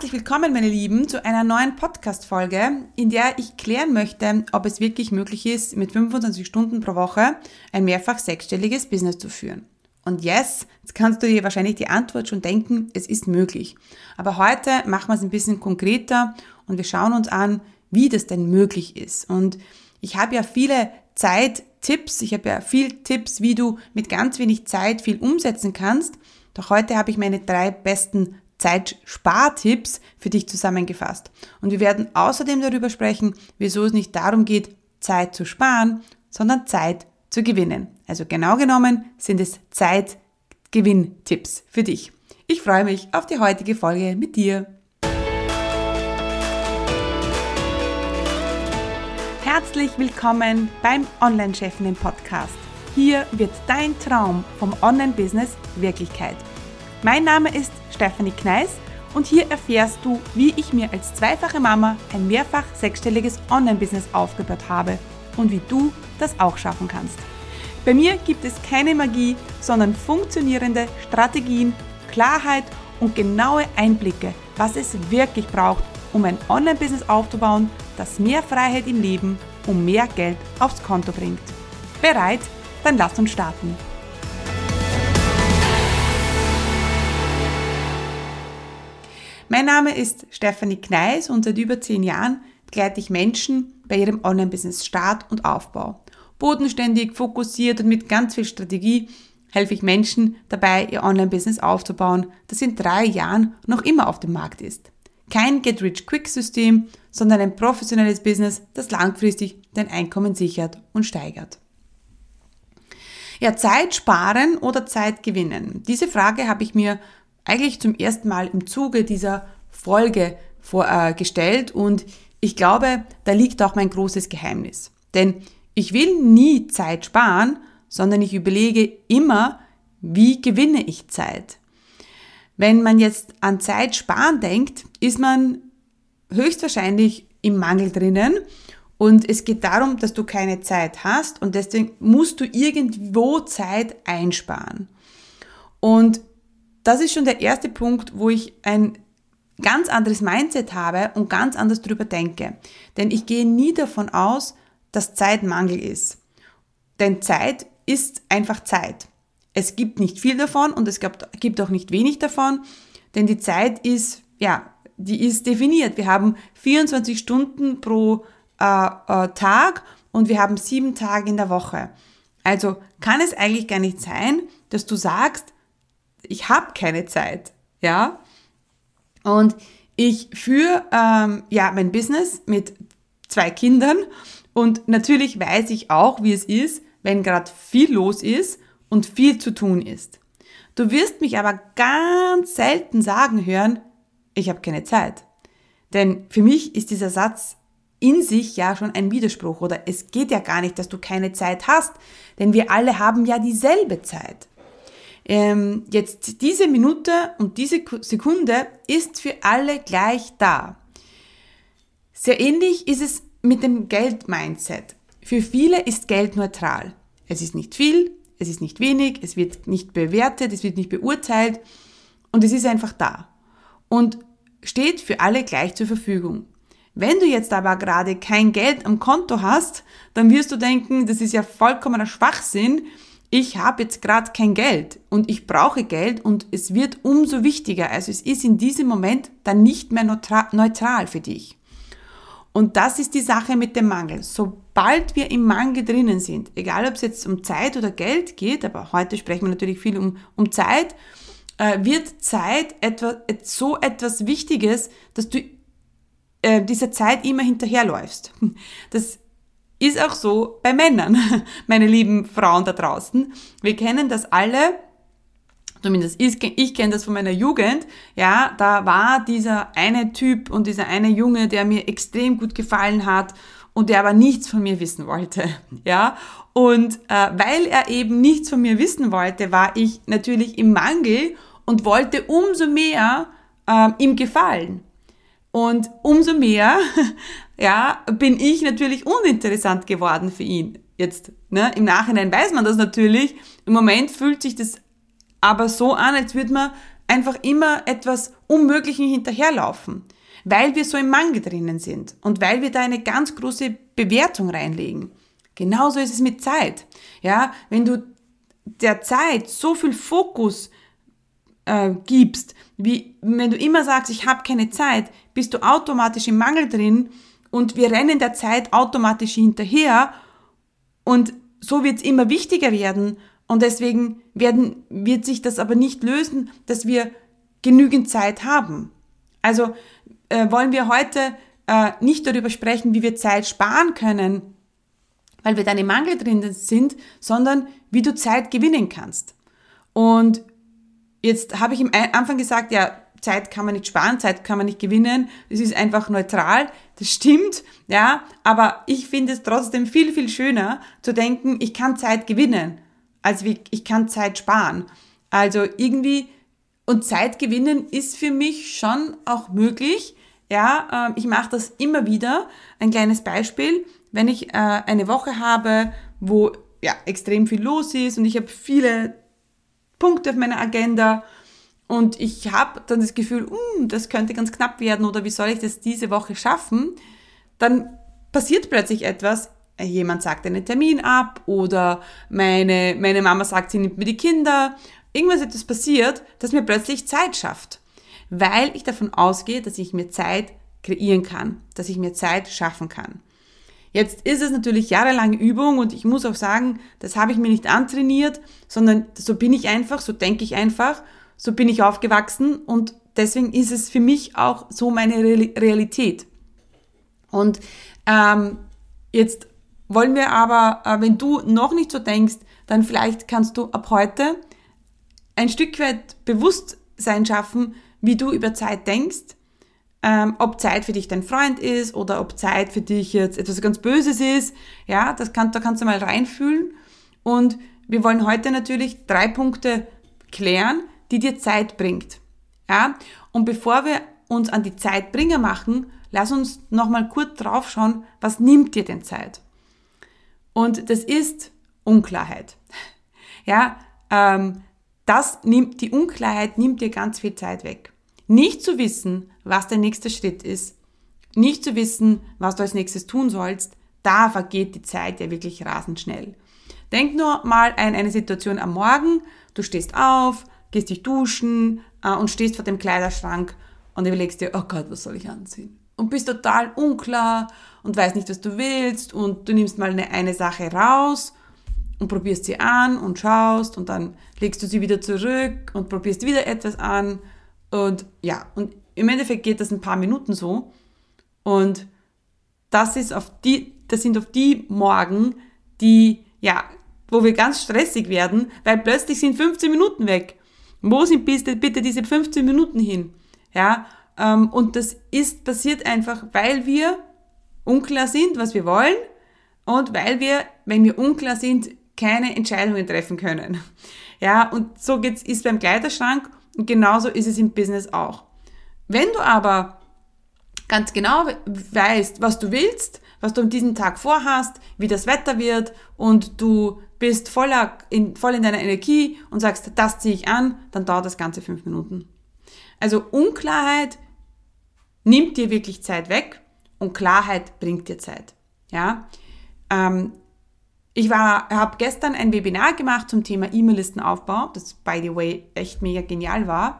Herzlich willkommen, meine Lieben, zu einer neuen Podcast-Folge, in der ich klären möchte, ob es wirklich möglich ist, mit 25 Stunden pro Woche ein mehrfach sechsstelliges Business zu führen. Und yes, jetzt kannst du dir wahrscheinlich die Antwort schon denken, es ist möglich. Aber heute machen wir es ein bisschen konkreter und wir schauen uns an, wie das denn möglich ist. Und ich habe ja viele Zeittipps, ich habe ja viele Tipps, wie du mit ganz wenig Zeit viel umsetzen kannst. Doch heute habe ich meine 3 besten Zeitspartipps für dich zusammengefasst. Und wir werden außerdem darüber sprechen, wieso es nicht darum geht, Zeit zu sparen, sondern Zeit zu gewinnen. Also genau genommen sind es Zeitgewinn-Tipps für dich. Ich freue mich auf die heutige Folge mit dir. Herzlich willkommen beim Online-Chefinnen-Podcast. Hier wird dein Traum vom Online-Business Wirklichkeit. Mein Name ist Stefanie Kneis und hier erfährst du, wie ich mir als zweifache Mama ein mehrfach sechsstelliges Online-Business aufgebaut habe und wie du das auch schaffen kannst. Bei mir gibt es keine Magie, sondern funktionierende Strategien, Klarheit und genaue Einblicke, was es wirklich braucht, um ein Online-Business aufzubauen, das mehr Freiheit im Leben und mehr Geld aufs Konto bringt. Bereit? Dann lass uns starten. Mein Name ist Stefanie Kneis und seit über 10 Jahren begleite ich Menschen bei ihrem Online-Business-Start und Aufbau. Bodenständig, fokussiert und mit ganz viel Strategie helfe ich Menschen dabei, ihr Online-Business aufzubauen, das in 3 Jahren noch immer auf dem Markt ist. Kein Get-Rich-Quick-System, sondern ein professionelles Business, das langfristig dein Einkommen sichert und steigert. Ja, Zeit sparen oder Zeit gewinnen? Diese Frage habe ich mir eigentlich zum ersten Mal im Zuge dieser Folge gestellt und ich glaube, da liegt auch mein großes Geheimnis. Denn ich will nie Zeit sparen, sondern ich überlege immer, wie gewinne ich Zeit. Wenn man jetzt an Zeit sparen denkt, ist man höchstwahrscheinlich im Mangel drinnen und es geht darum, dass du keine Zeit hast und deswegen musst du irgendwo Zeit einsparen. Und das ist schon der erste Punkt, wo ich ein ganz anderes Mindset habe und ganz anders drüber denke. Denn ich gehe nie davon aus, dass Zeit Mangel ist. Denn Zeit ist einfach Zeit. Es gibt nicht viel davon und es gibt auch nicht wenig davon, denn die Zeit ist, die ist definiert. Wir haben 24 Stunden pro Tag und wir haben 7 Tage in der Woche. Also kann es eigentlich gar nicht sein, dass du sagst, ich habe keine Zeit, ja. Und ich führe mein Business mit 2 Kindern und natürlich weiß ich auch, wie es ist, wenn gerade viel los ist und viel zu tun ist. Du wirst mich aber ganz selten sagen hören, ich habe keine Zeit. Denn für mich ist dieser Satz in sich ja schon ein Widerspruch oder es geht ja gar nicht, dass du keine Zeit hast, denn wir alle haben ja dieselbe Zeit. Jetzt diese Minute und diese Sekunde ist für alle gleich da. Sehr ähnlich ist es mit dem Geld-Mindset. Für viele ist Geld neutral. Es ist nicht viel, es ist nicht wenig, es wird nicht bewertet, es wird nicht beurteilt und es ist einfach da und steht für alle gleich zur Verfügung. Wenn du jetzt aber gerade kein Geld am Konto hast, dann wirst du denken, das ist ja vollkommener Schwachsinn, ich habe jetzt gerade kein Geld und ich brauche Geld und es wird umso wichtiger. Also es ist in diesem Moment dann nicht mehr neutral für dich. Und das ist die Sache mit dem Mangel. Sobald wir im Mangel drinnen sind, egal ob es jetzt um Zeit oder Geld geht, aber heute sprechen wir natürlich viel um Zeit, wird Zeit so etwas Wichtiges, dass du dieser Zeit immer hinterherläufst. Das ist auch so bei Männern, meine lieben Frauen da draußen. Wir kennen das alle, zumindest ich kenne das von meiner Jugend, ja, da war dieser eine Typ und dieser eine Junge, der mir extrem gut gefallen hat und der aber nichts von mir wissen wollte, ja. Und weil er eben nichts von mir wissen wollte, war ich natürlich im Mangel und wollte umso mehr ihm gefallen. Und umso mehr, bin ich natürlich uninteressant geworden für ihn. Jetzt, im Nachhinein weiß man das natürlich. Im Moment fühlt sich das aber so an, als würde man einfach immer etwas Unmöglichen hinterherlaufen, weil wir so im Mangel drinnen sind und weil wir da eine ganz große Bewertung reinlegen. Genauso ist es mit Zeit. Ja, wenn du der Zeit so viel Fokus gibst, wie wenn du immer sagst, ich habe keine Zeit, bist du automatisch im Mangel drin und wir rennen der Zeit automatisch hinterher und so wird es immer wichtiger werden und deswegen wird sich das aber nicht lösen, dass wir genügend Zeit haben. Also wollen wir heute nicht darüber sprechen, wie wir Zeit sparen können, weil wir dann im Mangel drin sind, sondern wie du Zeit gewinnen kannst. Und jetzt habe ich am Anfang gesagt, ja, Zeit kann man nicht sparen, Zeit kann man nicht gewinnen, es ist einfach neutral, das stimmt, ja, aber ich finde es trotzdem viel, viel schöner zu denken, ich kann Zeit gewinnen, als ich kann Zeit sparen. Also irgendwie, und Zeit gewinnen ist für mich schon auch möglich, ja, ich mache das immer wieder, ein kleines Beispiel, wenn ich eine Woche habe, wo ja extrem viel los ist und ich habe viele Punkte auf meiner Agenda und ich habe dann das Gefühl, das könnte ganz knapp werden oder wie soll ich das diese Woche schaffen, dann passiert plötzlich etwas, jemand sagt einen Termin ab oder meine Mama sagt, sie nimmt mir die Kinder, etwas passiert, das mir plötzlich Zeit schafft, weil ich davon ausgehe, dass ich mir Zeit kreieren kann, dass ich mir Zeit schaffen kann. Jetzt ist es natürlich jahrelange Übung und ich muss auch sagen, das habe ich mir nicht antrainiert, sondern so bin ich einfach, so denke ich einfach, so bin ich aufgewachsen und deswegen ist es für mich auch so meine Realität. Und jetzt wollen wir aber, wenn du noch nicht so denkst, dann vielleicht kannst du ab heute ein Stück weit Bewusstsein schaffen, wie du über Zeit denkst, ob Zeit für dich dein Freund ist oder ob Zeit für dich jetzt etwas ganz Böses ist. Ja, da kannst du mal reinfühlen. Und wir wollen heute natürlich 3 Punkte klären, die dir Zeit bringt. Ja, und bevor wir uns an die Zeitbringer machen, lass uns nochmal kurz drauf schauen, was nimmt dir denn Zeit? Und das ist Unklarheit. Ja, die Unklarheit nimmt dir ganz viel Zeit weg. Nicht zu wissen, was der nächste Schritt ist, nicht zu wissen, was du als nächstes tun sollst, da vergeht die Zeit ja wirklich rasend schnell. Denk nur mal an eine Situation am Morgen, du stehst auf, gehst dich duschen und stehst vor dem Kleiderschrank und überlegst dir, oh Gott, was soll ich anziehen? Und bist total unklar und weißt nicht, was du willst und du nimmst mal eine Sache raus und probierst sie an und schaust und dann legst du sie wieder zurück und probierst wieder etwas an. Und ja, und im Endeffekt geht das ein paar Minuten so. Und das sind auf die Morgen, wo wir ganz stressig werden, weil plötzlich sind 15 Minuten weg. Wo sind bitte diese 15 Minuten hin? Ja, und das passiert einfach, weil wir unklar sind, was wir wollen und weil wir, wenn wir unklar sind, keine Entscheidungen treffen können. Ja, und so ist beim Kleiderschrank. Und genauso ist es im Business auch. Wenn du aber ganz genau weißt, was du willst, was du an diesem Tag vorhast, wie das Wetter wird und du bist voll in deiner Energie und sagst, das ziehe ich an, dann dauert das Ganze 5 Minuten. Also Unklarheit nimmt dir wirklich Zeit weg und Klarheit bringt dir Zeit. Ja? Ich habe gestern ein Webinar gemacht zum Thema E-Mail-Listenaufbau, das by the way echt mega genial war.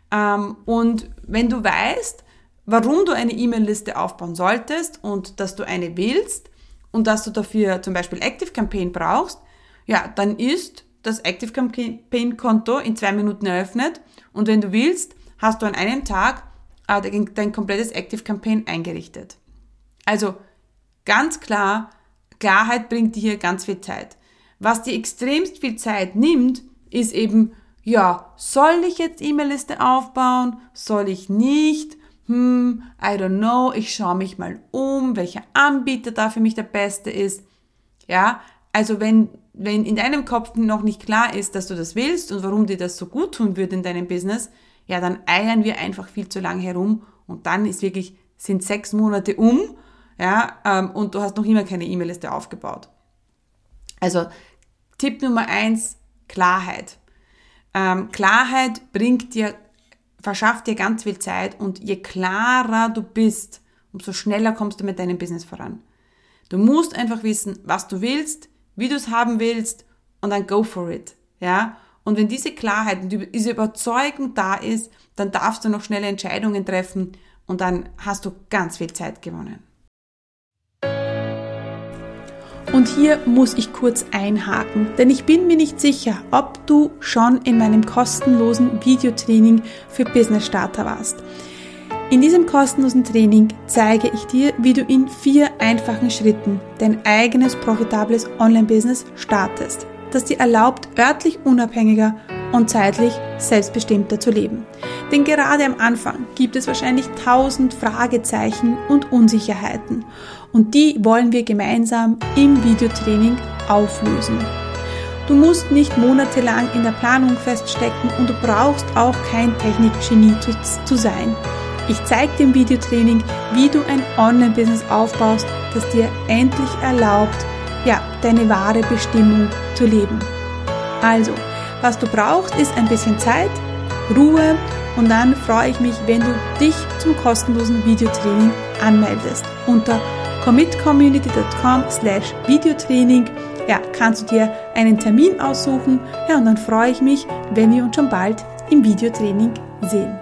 Und wenn du weißt, warum du eine E-Mail-Liste aufbauen solltest und dass du eine willst und dass du dafür zum Beispiel ActiveCampaign brauchst, ja, dann ist das ActiveCampaign-Konto in 2 Minuten eröffnet und wenn du willst, hast du an einem Tag dein komplettes ActiveCampaign eingerichtet. Also ganz klar, Klarheit bringt dir hier ganz viel Zeit. Was dir extremst viel Zeit nimmt, ist eben, ja, soll ich jetzt E-Mail-Liste aufbauen? Soll ich nicht? I don't know, ich schaue mich mal um, welcher Anbieter da für mich der beste ist. Ja, also wenn in deinem Kopf noch nicht klar ist, dass du das willst und warum dir das so gut tun würde in deinem Business, ja, dann eiern wir einfach viel zu lange herum und dann sind 6 Monate ja, und du hast noch immer keine E-Mail-Liste aufgebaut. Also Tipp Nummer 1, Klarheit. Klarheit bringt dir verschafft dir ganz viel Zeit und je klarer du bist, umso schneller kommst du mit deinem Business voran. Du musst einfach wissen, was du willst, wie du es haben willst und dann go for it. Ja? Und wenn diese Klarheit und diese Überzeugung da ist, dann darfst du noch schnelle Entscheidungen treffen und dann hast du ganz viel Zeit gewonnen. Und hier muss ich kurz einhaken, denn ich bin mir nicht sicher, ob du schon in meinem kostenlosen Videotraining für Business Starter warst. In diesem kostenlosen Training zeige ich dir, wie du in 4 einfachen Schritten dein eigenes profitables Online-Business startest, das dir erlaubt, örtlich unabhängiger und zeitlich selbstbestimmter zu leben. Denn gerade am Anfang gibt es wahrscheinlich 1000 Fragezeichen und Unsicherheiten und die wollen wir gemeinsam im Videotraining auflösen. Du musst nicht monatelang in der Planung feststecken und du brauchst auch kein Technikgenie zu sein. Ich zeige dir im Videotraining, wie du ein Online-Business aufbaust, das dir endlich erlaubt, deine wahre Bestimmung zu leben. Also, was du brauchst, ist ein bisschen Zeit, Ruhe und dann freue ich mich, wenn du dich zum kostenlosen Videotraining anmeldest. Unter commitcommunity.com/Videotraining kannst du dir einen Termin aussuchen und dann freue ich mich, wenn wir uns schon bald im Videotraining sehen.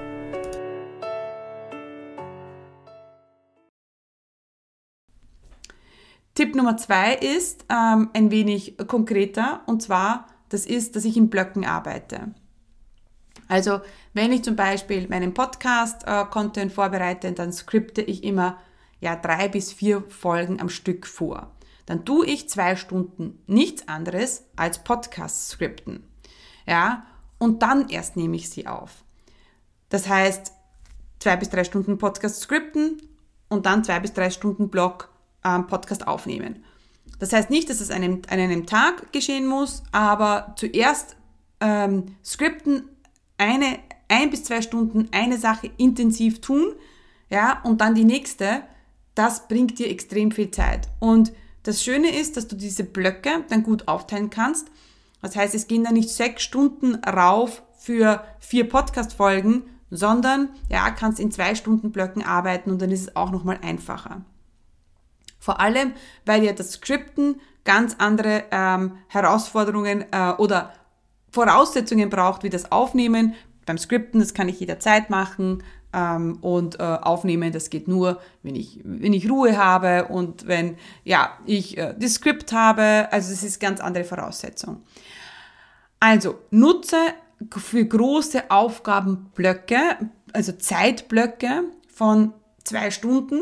Tipp Nummer 2 ist ein wenig konkreter und zwar, das ist, dass ich in Blöcken arbeite. Also wenn ich zum Beispiel meinen Podcast-Content vorbereite, dann skripte ich immer 3 bis 4 Folgen am Stück vor. Dann tue ich 2 Stunden nichts anderes als Podcast skripten. Ja, und dann erst nehme ich sie auf. Das heißt, 2 bis 3 Stunden Podcast skripten und dann 2 bis 3 Stunden Blog Podcast aufnehmen. Das heißt nicht, dass es an einem Tag geschehen muss, aber zuerst skripten, 1 bis 2 Stunden eine Sache intensiv tun, und dann die nächste, das bringt dir extrem viel Zeit. Und das Schöne ist, dass du diese Blöcke dann gut aufteilen kannst. Das heißt, es gehen dann nicht 6 Stunden rauf für 4 Podcast-Folgen, sondern kannst in 2 Stunden Blöcken arbeiten und dann ist es auch nochmal einfacher. Vor allem, weil ja das Skripten ganz andere Herausforderungen oder Voraussetzungen braucht, wie das Aufnehmen. Beim Skripten, das kann ich jederzeit machen und aufnehmen, das geht nur, wenn ich Ruhe habe und wenn ich das Skript habe. Also es ist ganz andere Voraussetzung. Also nutze für große Aufgabenblöcke, also Zeitblöcke von 2 Stunden.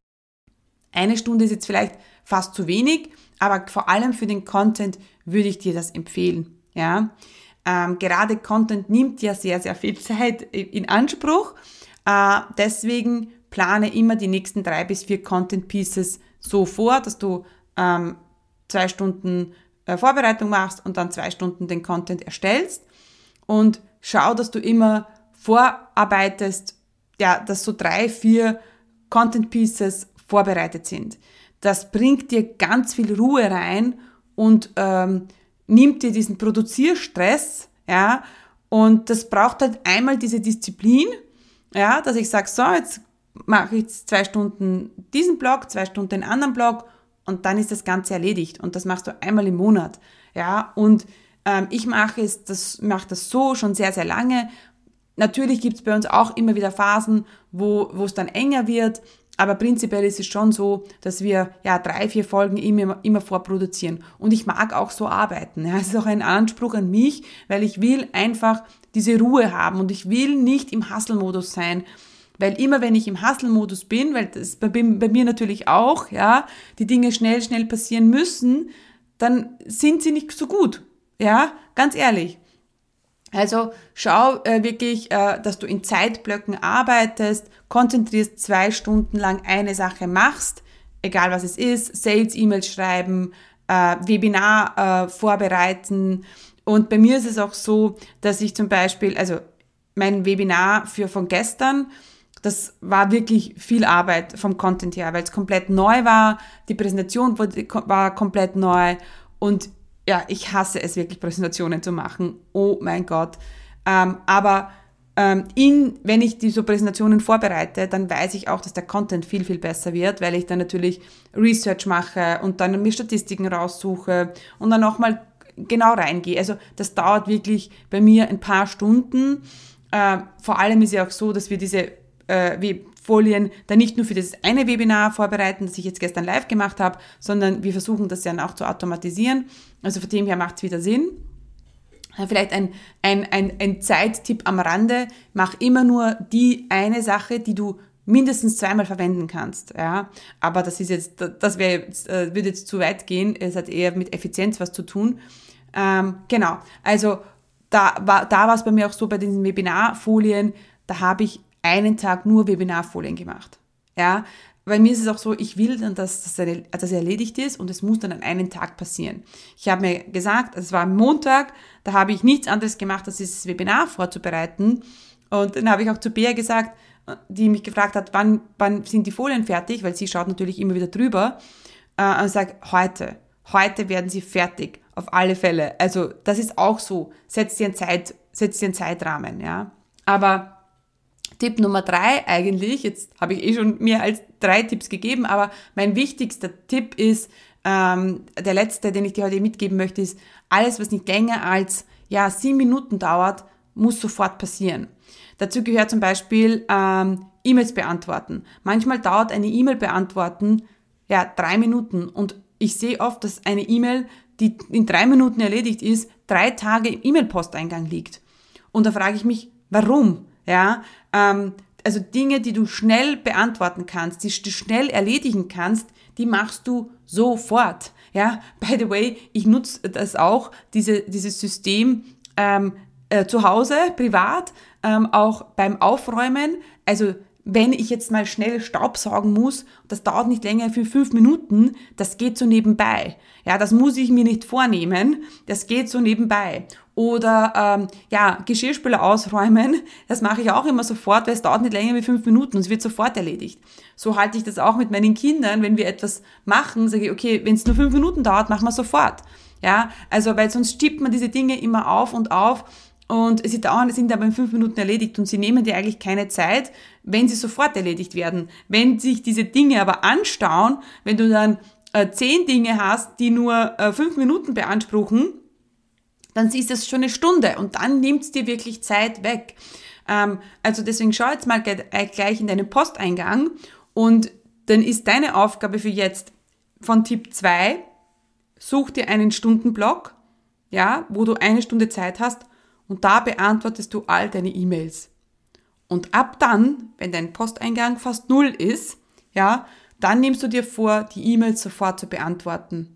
1 Stunde ist jetzt vielleicht fast zu wenig, aber vor allem für den Content würde ich dir das empfehlen. Ja? Gerade Content nimmt ja sehr, sehr viel Zeit in Anspruch. Deswegen plane immer die nächsten 3 bis 4 Content Pieces so vor, dass du 2 Stunden Vorbereitung machst und dann 2 Stunden den Content erstellst. Und schau, dass du immer vorarbeitest, dass so 3, 4 Content Pieces vorbereitet sind. Das bringt dir ganz viel Ruhe rein und nimmt dir diesen Produzierstress, und das braucht halt einmal diese Disziplin, dass ich sage, so, jetzt mache ich 2 Stunden diesen Blog, 2 Stunden den anderen Blog und dann ist das Ganze erledigt und das machst du einmal im Monat, und ich mache das so schon sehr, sehr lange. Natürlich gibt es bei uns auch immer wieder Phasen, wo es dann enger wird, aber prinzipiell ist es schon so, dass wir 3, 4 Folgen immer vorproduzieren. Und ich mag auch so arbeiten. Es ist auch ein Anspruch an mich, weil ich will einfach diese Ruhe haben und ich will nicht im Hustle-Modus sein. Weil immer wenn ich im Hustle-Modus bin, weil das bei mir natürlich auch, die Dinge schnell passieren müssen, dann sind sie nicht so gut. Ganz ehrlich. Also schau wirklich, dass du in Zeitblöcken arbeitest, konzentrierst 2 Stunden lang eine Sache machst, egal was es ist, Sales-E-Mails schreiben, Webinar vorbereiten. Und bei mir ist es auch so, dass ich zum Beispiel, also mein Webinar von gestern, das war wirklich viel Arbeit vom Content her, weil es komplett neu war, die Präsentation war komplett neu und ich hasse es wirklich, Präsentationen zu machen. Oh mein Gott. Aber wenn ich diese Präsentationen vorbereite, dann weiß ich auch, dass der Content viel, viel besser wird, weil ich dann natürlich Research mache und dann mir Statistiken raussuche und dann nochmal genau reingehe. Also das dauert wirklich bei mir ein paar Stunden. Vor allem ist ja auch so, dass wir diese Folien dann nicht nur für das eine Webinar vorbereiten, das ich jetzt gestern live gemacht habe, sondern wir versuchen das dann auch zu automatisieren. Also von dem her macht es wieder Sinn. Vielleicht ein Zeittipp am Rande, mach immer nur die eine Sache, die du mindestens zweimal verwenden kannst. Ja? Aber das ist jetzt, würde jetzt zu weit gehen, es hat eher mit Effizienz was zu tun. Genau, also da war es bei mir auch so bei diesen Webinarfolien, da habe ich einen Tag nur Webinarfolien gemacht. Ja, bei mir ist es auch so, ich will dann, dass das erledigt ist und es muss dann an einem Tag passieren. Ich habe mir gesagt, es war Montag, da habe ich nichts anderes gemacht, als dieses Webinar vorzubereiten. Und dann habe ich auch zu Bea gesagt, die mich gefragt hat, wann sind die Folien fertig, weil sie schaut natürlich immer wieder drüber. Und ich sage, heute werden sie fertig, auf alle Fälle. Also das ist auch so, setz dir einen Zeitrahmen. Ja. Aber Tipp Nummer 3 eigentlich, jetzt habe ich schon mehr als 3 Tipps gegeben, aber mein wichtigster Tipp ist, der letzte, den ich dir heute mitgeben möchte, ist, alles, was nicht länger als 7 Minuten dauert, muss sofort passieren. Dazu gehört zum Beispiel E-Mails beantworten. Manchmal dauert eine E-Mail beantworten 3 Minuten und ich sehe oft, dass eine E-Mail, die in 3 Minuten erledigt ist, 3 Tage im E-Mail-Posteingang liegt. Und da frage ich mich, warum? Ja, also Dinge, die du schnell beantworten kannst, die du schnell erledigen kannst, die machst du sofort. Ja, by the way, ich nutze das auch, dieses System zu Hause, privat, auch beim Aufräumen. Also wenn ich jetzt mal schnell Staubsaugen muss, das dauert nicht länger für 5 Minuten, das geht so nebenbei. Ja, das muss ich mir nicht vornehmen, das geht so nebenbei. Oder Geschirrspüler ausräumen, das mache ich auch immer sofort, weil es dauert nicht länger wie 5 Minuten und es wird sofort erledigt. So halte ich das auch mit meinen Kindern, wenn wir etwas machen, sage ich, okay, wenn es nur 5 Minuten dauert, machen wir sofort. Ja, also weil sonst schiebt man diese Dinge immer auf und sie sind aber in 5 Minuten erledigt und sie nehmen dir eigentlich keine Zeit, wenn sie sofort erledigt werden. Wenn sich diese Dinge aber anstauen, wenn du dann 10 Dinge hast, die nur 5 Minuten beanspruchen, dann ist das schon eine Stunde und dann nimmt es dir wirklich Zeit weg. Also deswegen schau jetzt mal gleich in deinen Posteingang und dann ist deine Aufgabe für jetzt von Tipp 2, such dir einen Stundenblock, wo du 1 Stunde Zeit hast und da beantwortest du all deine E-Mails. Und ab dann, wenn dein Posteingang fast 0 ist, dann nimmst du dir vor, die E-Mails sofort zu beantworten.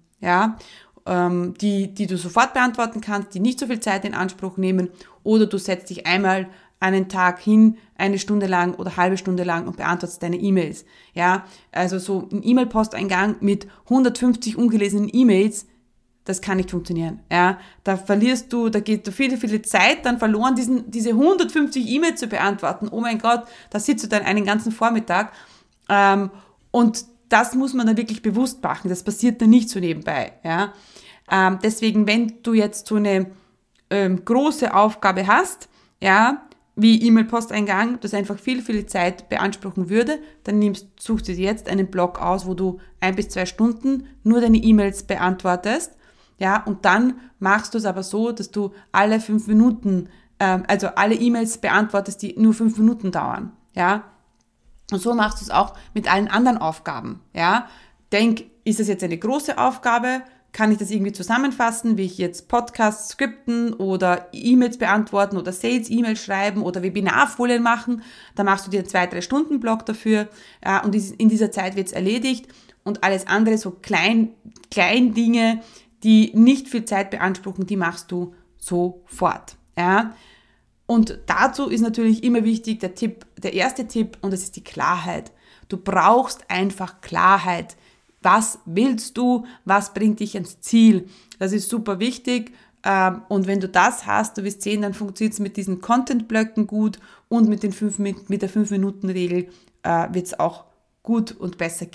Die du sofort beantworten kannst, die nicht so viel Zeit in Anspruch nehmen, oder du setzt dich einmal einen Tag hin, 1 Stunde lang oder eine halbe Stunde lang und beantwortest deine E-Mails. Ja, also so ein E-Mail-Posteingang mit 150 ungelesenen E-Mails, das kann nicht funktionieren. Ja, da geht viele, viele Zeit dann verloren, diese 150 E-Mails zu beantworten. Oh mein Gott, da sitzt du dann einen ganzen Vormittag. Und das muss man dann wirklich bewusst machen. Das passiert dann nicht so nebenbei. Ja, deswegen, wenn du jetzt so eine große Aufgabe hast, wie E-Mail-Posteingang, das einfach viel, viel Zeit beanspruchen würde, dann suchst du dir jetzt einen Block aus, wo du 1 bis 2 Stunden nur deine E-Mails beantwortest. Und dann machst du es aber so, dass du alle 5 Minuten, also alle E-Mails beantwortest, die nur 5 Minuten dauern. Und so machst du es auch mit allen anderen Aufgaben. Denk, ist das jetzt eine große Aufgabe? Kann ich das irgendwie zusammenfassen, wie ich jetzt Podcasts skripten oder E-Mails beantworten oder Sales-E-Mails schreiben oder Webinarfolien machen? Da machst du dir einen 2-3 Stunden Block dafür und in dieser Zeit wird es erledigt und alles andere, so klein Dinge, die nicht viel Zeit beanspruchen, die machst du sofort. Und dazu ist natürlich immer wichtig der erste Tipp, und das ist die Klarheit. Du brauchst einfach Klarheit. Was willst du? Was bringt dich ans Ziel? Das ist super wichtig. Und wenn du das hast, du wirst sehen, dann funktioniert es mit diesen Content-Blöcken gut und mit der 5-Minuten-Regel wird es auch gut und besser gehen.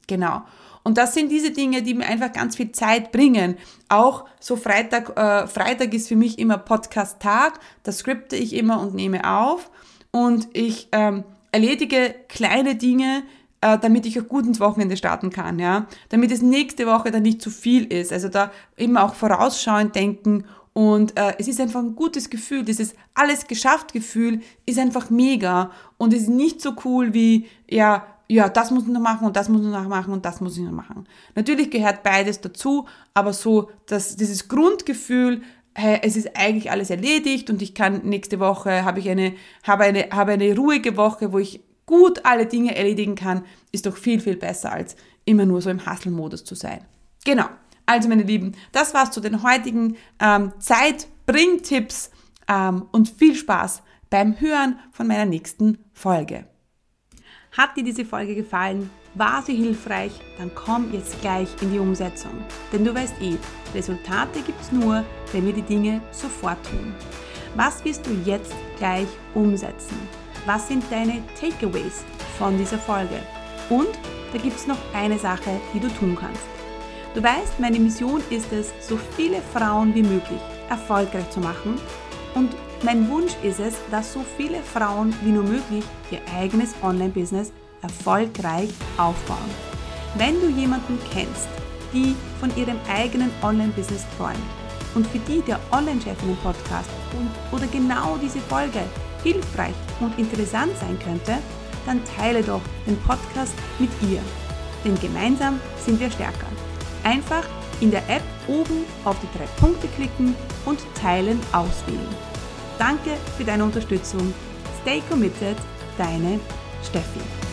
Genau. Und das sind diese Dinge, die mir einfach ganz viel Zeit bringen. Auch so Freitag ist für mich immer Podcast-Tag, da skripte ich immer und nehme auf und ich erledige kleine Dinge, damit ich auch gut ins Wochenende starten kann, ja, damit es nächste Woche dann nicht zu viel ist, also da immer auch vorausschauend denken und es ist einfach ein gutes Gefühl, dieses alles geschafft Gefühl ist einfach mega und es ist nicht so cool wie, ja, das muss ich noch machen und das muss ich noch machen und das muss ich noch machen. Natürlich gehört beides dazu, aber so, dass dieses Grundgefühl, hey, es ist eigentlich alles erledigt und ich kann nächste Woche, habe eine ruhige Woche, wo ich gut alle Dinge erledigen kann, ist doch viel, viel besser, als immer nur so im Hustle-Modus zu sein. Genau. Also meine Lieben, das war's zu den heutigen Zeit-Bring-Tipps und viel Spaß beim Hören von meiner nächsten Folge. Hat dir diese Folge gefallen? War sie hilfreich? Dann komm jetzt gleich in die Umsetzung. Denn du weißt Resultate gibt's nur, wenn wir die Dinge sofort tun. Was wirst du jetzt gleich umsetzen? Was sind deine Takeaways von dieser Folge? Und da gibt's noch eine Sache, die du tun kannst. Du weißt, meine Mission ist es, so viele Frauen wie möglich erfolgreich zu machen. Und mein Wunsch ist es, dass so viele Frauen wie nur möglich ihr eigenes Online-Business erfolgreich aufbauen. Wenn du jemanden kennst, die von ihrem eigenen Online-Business träumt und für die der Online-Chefinnen-Podcast oder genau diese Folge hilfreich und interessant sein könnte, dann teile doch den Podcast mit ihr. Denn gemeinsam sind wir stärker. Einfach in der App oben auf die 3 Punkte klicken und Teilen auswählen. Danke für deine Unterstützung. Stay committed, deine Steffi.